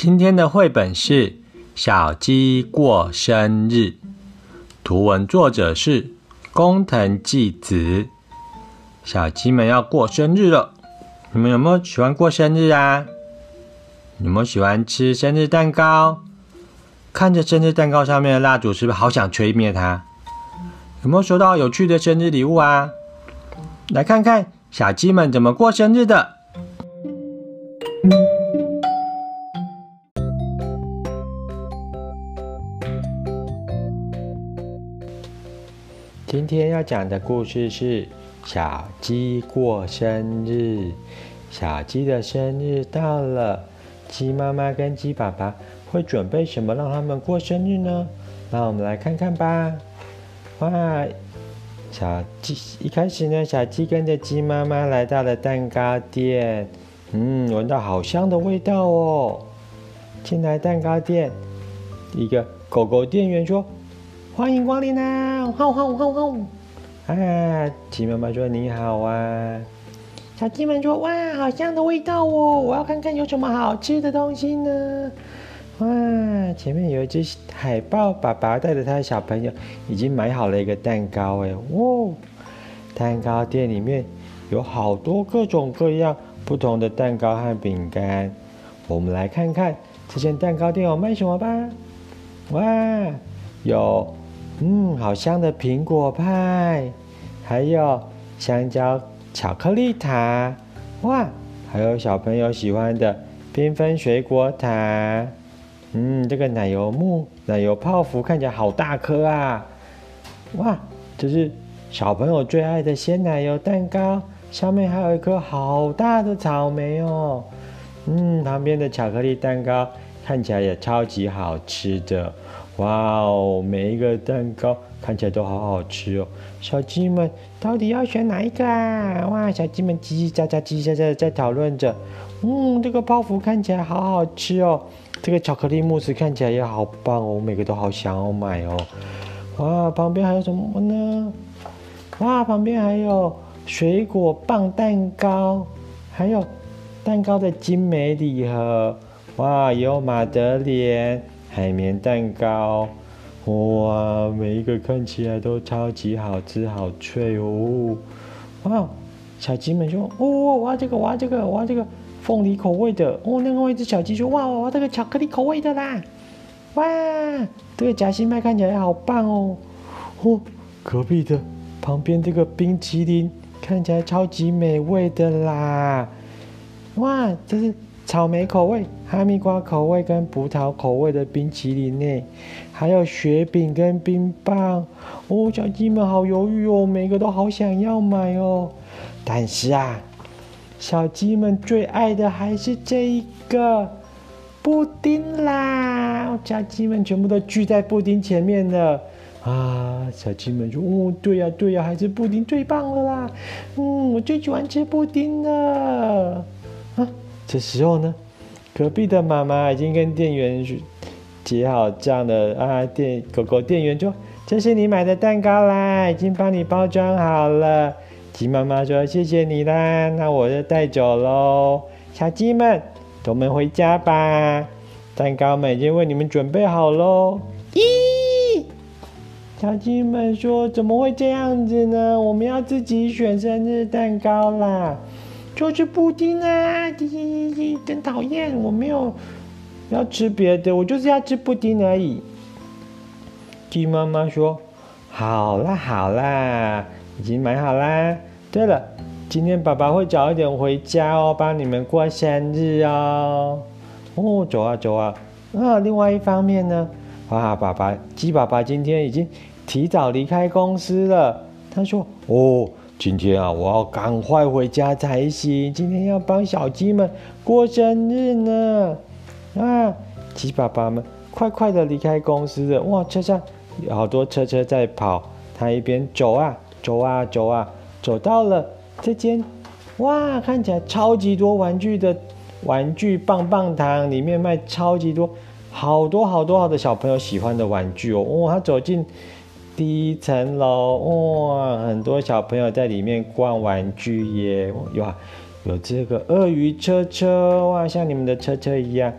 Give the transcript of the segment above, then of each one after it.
今天的绘本是《小鸡过生日》，图文作者是工藤纪子。小鸡们要过生日了，你们有没有喜欢过生日啊？有没有喜欢吃生日蛋糕？看着生日蛋糕上面的蜡烛，是不是好想吹灭它？有没有收到有趣的生日礼物啊？来看看小鸡们怎么过生日的。今天要讲的故事是小鸡过生日。小鸡的生日到了，鸡妈妈跟鸡爸爸会准备什么让他们过生日呢？那我们来看看吧。哇，小鸡一开始呢，小鸡跟着鸡妈妈来到了蛋糕店。闻到好香的味道哦。进来蛋糕店，一个狗狗店员说：“欢迎光临啊！吼吼吼吼！”鸡妈妈说：“你好啊！”小鸡们说：“哇，好香的味道哦！我要看看有什么好吃的东西呢。”哇，前面有一只海豹爸爸带着他的小朋友，已经买好了一个蛋糕哎！哇，蛋糕店里面有好多各种各样不同的蛋糕和饼干。我们来看看这间蛋糕店有卖什么吧。哇，有好香的苹果派，还有香蕉巧克力塔，哇，还有小朋友喜欢的缤纷水果塔。这个奶油泡芙看起来好大颗啊！哇，这是小朋友最爱的鲜奶油蛋糕，上面还有一颗好大的草莓哦。旁边的巧克力蛋糕看起来也超级好吃的。哇哦，每一个蛋糕看起来都好好吃哦。小鸡们到底要选哪一个啊？哇，小鸡们叽叽喳喳叽叽喳喳在讨论着。这个泡芙看起来好好吃哦。这个巧克力慕斯看起来也好棒哦，我每个都好想要买哦。哇，旁边还有什么呢？哇，旁边还有水果棒蛋糕，还有蛋糕的精美礼盒。哇，也有马德莲、海绵蛋糕。哇，每一个看起来都超级好吃、好脆哦。哇，小鸡们说：“我要这个，我要这个，我要这个。”凤梨口味的哦，另外一只小鸡说：“哇，我要这个巧克力口味的啦！”哇，这个夹心派看起来好棒哦。隔壁的旁边这个冰淇淋看起来超级美味的啦！哇，这是草莓口味、哈密瓜口味跟葡萄口味的冰淇淋呢，还有雪饼跟冰棒哦。小鸡们好犹豫哦，每个都好想要买哦，但是小鸡们最爱的还是这一个布丁啦！小鸡们全部都聚在布丁前面了小鸡们说：“对呀，还是布丁最棒了啦！我最喜欢吃布丁了。”这时候呢，隔壁的妈妈已经跟店员结好账了狗狗店员说：“这是你买的蛋糕啦，已经帮你包装好了。”鸡妈妈说：“谢谢你啦，那我就带走喽。小鸡们，我们回家吧，蛋糕们已经为你们准备好喽。”咦，小鸡们说：“怎么会这样子呢？我们要自己选生日蛋糕啦，就是布丁啊！真讨厌，我没有要吃别的，我就是要吃布丁而已。”鸡妈妈说：“好啦。”已经买好啦。对了，今天爸爸会早一点回家哦，帮你们过生日哦。走啊。另外一方面呢，鸡爸爸今天已经提早离开公司了。他说：“今天我要赶快回家才行，今天要帮小鸡们过生日呢。”鸡爸爸们快的离开公司了。哇，车上有好多车在跑，他一边走走到了这间看起来超级多玩具的玩具棒棒糖，里面卖超级多好的小朋友喜欢的玩具哦。他走进第一层楼，很多小朋友在里面逛玩具耶。有这个鳄鱼车车，像你们的车车一样，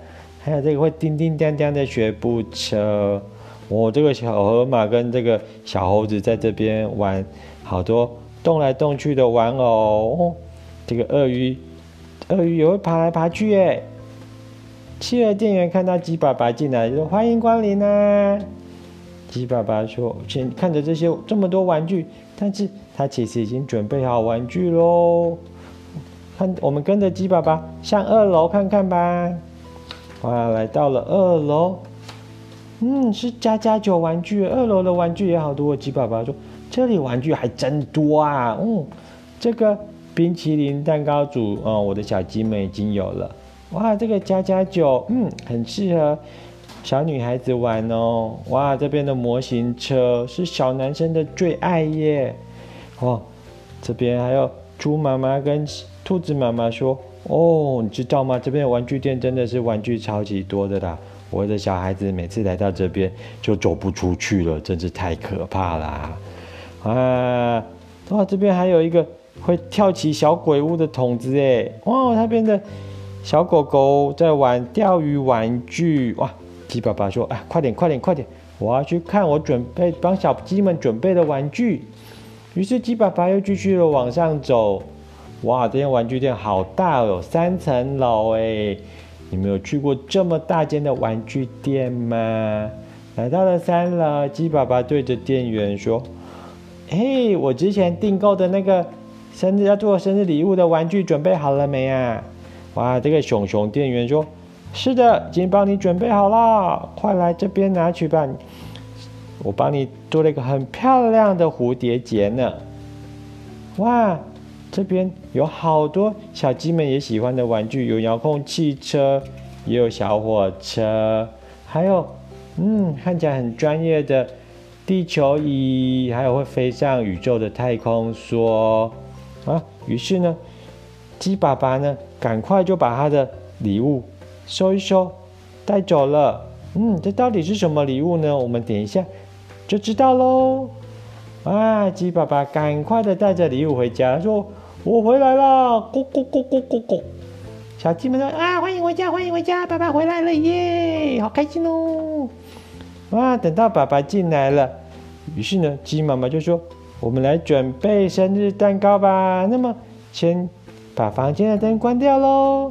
还有这个会叮叮当当的学步车。这个小河马跟这个小猴子在这边玩好多动来动去的玩偶。这个鳄鱼也会爬来爬去耶。企鹅店员看到鸡爸爸进来，就说欢迎光临啊。鸡爸爸说：“先看着这么多玩具，但是他其实已经准备好玩具喽。我们跟着鸡爸爸上2楼看看吧。”哇，来到了2楼。是家家酒玩具，2楼的玩具也好多。鸡爸爸说：“这里玩具还真多啊。”这个冰淇淋蛋糕组，我的小鸡们已经有了。哇，这个家家酒，很适合小女孩子玩哦。哇，这边的模型车是小男生的最爱耶。这边还有猪妈妈跟兔子妈妈说：“你知道吗？这边的玩具店真的是玩具超级多的啦。我的小孩子每次来到这边就走不出去了，真是太可怕啦！这边还有一个会跳起小鬼屋的筒子耶！那边的小狗狗在玩钓鱼玩具。哇，鸡爸爸说：“快点，我要去看我准备帮小鸡们准备的玩具。”于是鸡爸爸又继续的往上走。哇，这间玩具店好大哦，有3层楼哎！你们有去过这么大间的玩具店吗？来到了3楼，鸡爸爸对着店员说：“嘿，我之前订购的那个要做生日礼物的玩具准备好了没啊？”哇，这个熊店员说：“是的，已经帮你准备好了，快来这边拿取吧。我帮你做了一个很漂亮的蝴蝶结呢。”哇，这边有好多小鸡们也喜欢的玩具，有遥控汽车，也有小火车，还有看起来很专业的地球仪，还有会飞上宇宙的太空梭于是呢，鸡爸爸呢赶快就把他的礼物收一收带走了。这到底是什么礼物呢？我们等一下就知道喽。鸡爸爸赶快的带着礼物回家，说：“我回来了，咕咕咕咕咕咕。”小鸡们说：“欢迎回家，爸爸回来了耶，好开心哦！”等到爸爸进来了，于是呢，鸡妈妈就说：“我们来准备生日蛋糕吧。那么，先把房间的灯关掉喽。”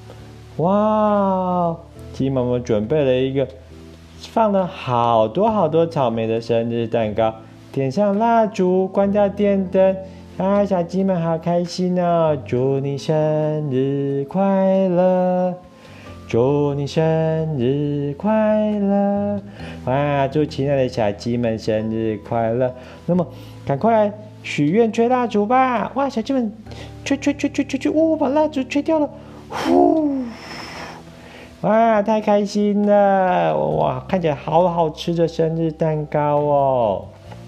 哇，鸡妈妈准备了一个放了好多草莓的生日蛋糕，点上蜡烛，关掉电灯。小鸡们好开心哦！祝你生日快乐，祝你生日快乐！祝亲爱的小鸡们生日快乐！那么，赶快来许愿吹蜡烛吧！小鸡们吹，把蜡烛吹掉了，呼！太开心了！看起来好好吃的生日蛋糕哦！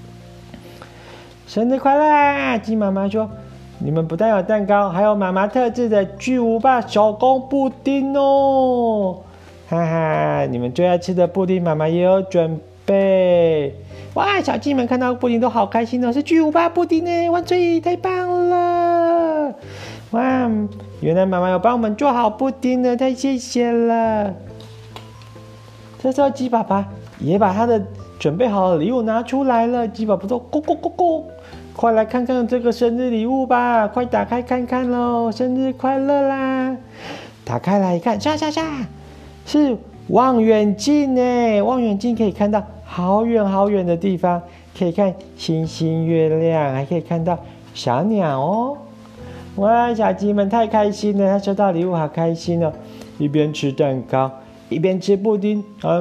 生日快乐！鸡妈妈说：“你们不但有蛋糕，还有妈妈特制的巨无霸手工布丁哦！哈哈，你们最爱吃的布丁，妈妈也有准备。”小鸡们看到布丁都好开心哦，是巨无霸布丁呢！万岁，太棒了！原来妈妈有帮我们做好布丁呢，太谢谢了。这时候鸡爸爸也把他的准备好的礼物拿出来了。鸡爸爸说：“咕咕咕咕，快来看看这个生日礼物吧，快打开看看喽，生日快乐啦！”打开来一看，是望远镜耶！望远镜可以看到好远的地方，可以看星星月亮，还可以看到小鸟哦。小鸡们太开心了，他收到礼物好开心哦，一边吃蛋糕一边吃布丁。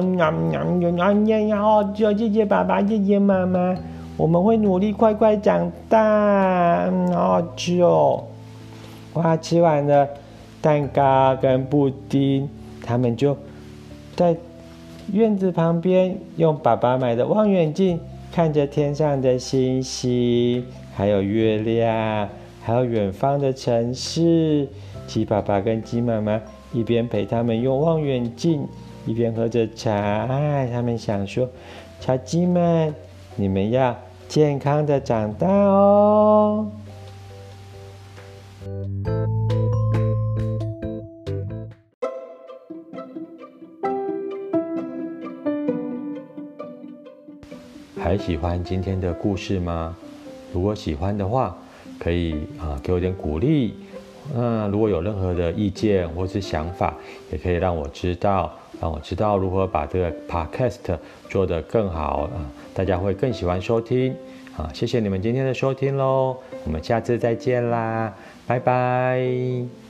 谢谢爸爸，谢谢妈妈，我们会努力快快长大。好好吃哦！吃完了蛋糕跟布丁，他们就在院子旁边用爸爸买的望远镜看着天上的星星，还有月亮，还有远方的城市。鸡爸爸跟鸡妈妈一边陪他们用望远镜，一边喝着茶。他们想说：“小鸡们，你们要健康的长大哦。” 还喜欢今天的故事吗？如果喜欢的话，可以给我点鼓励。如果有任何的意见或是想法，也可以让我知道，如何把这个 podcast 做得更好大家会更喜欢收听谢谢你们今天的收听咯，我们下次再见啦，拜拜。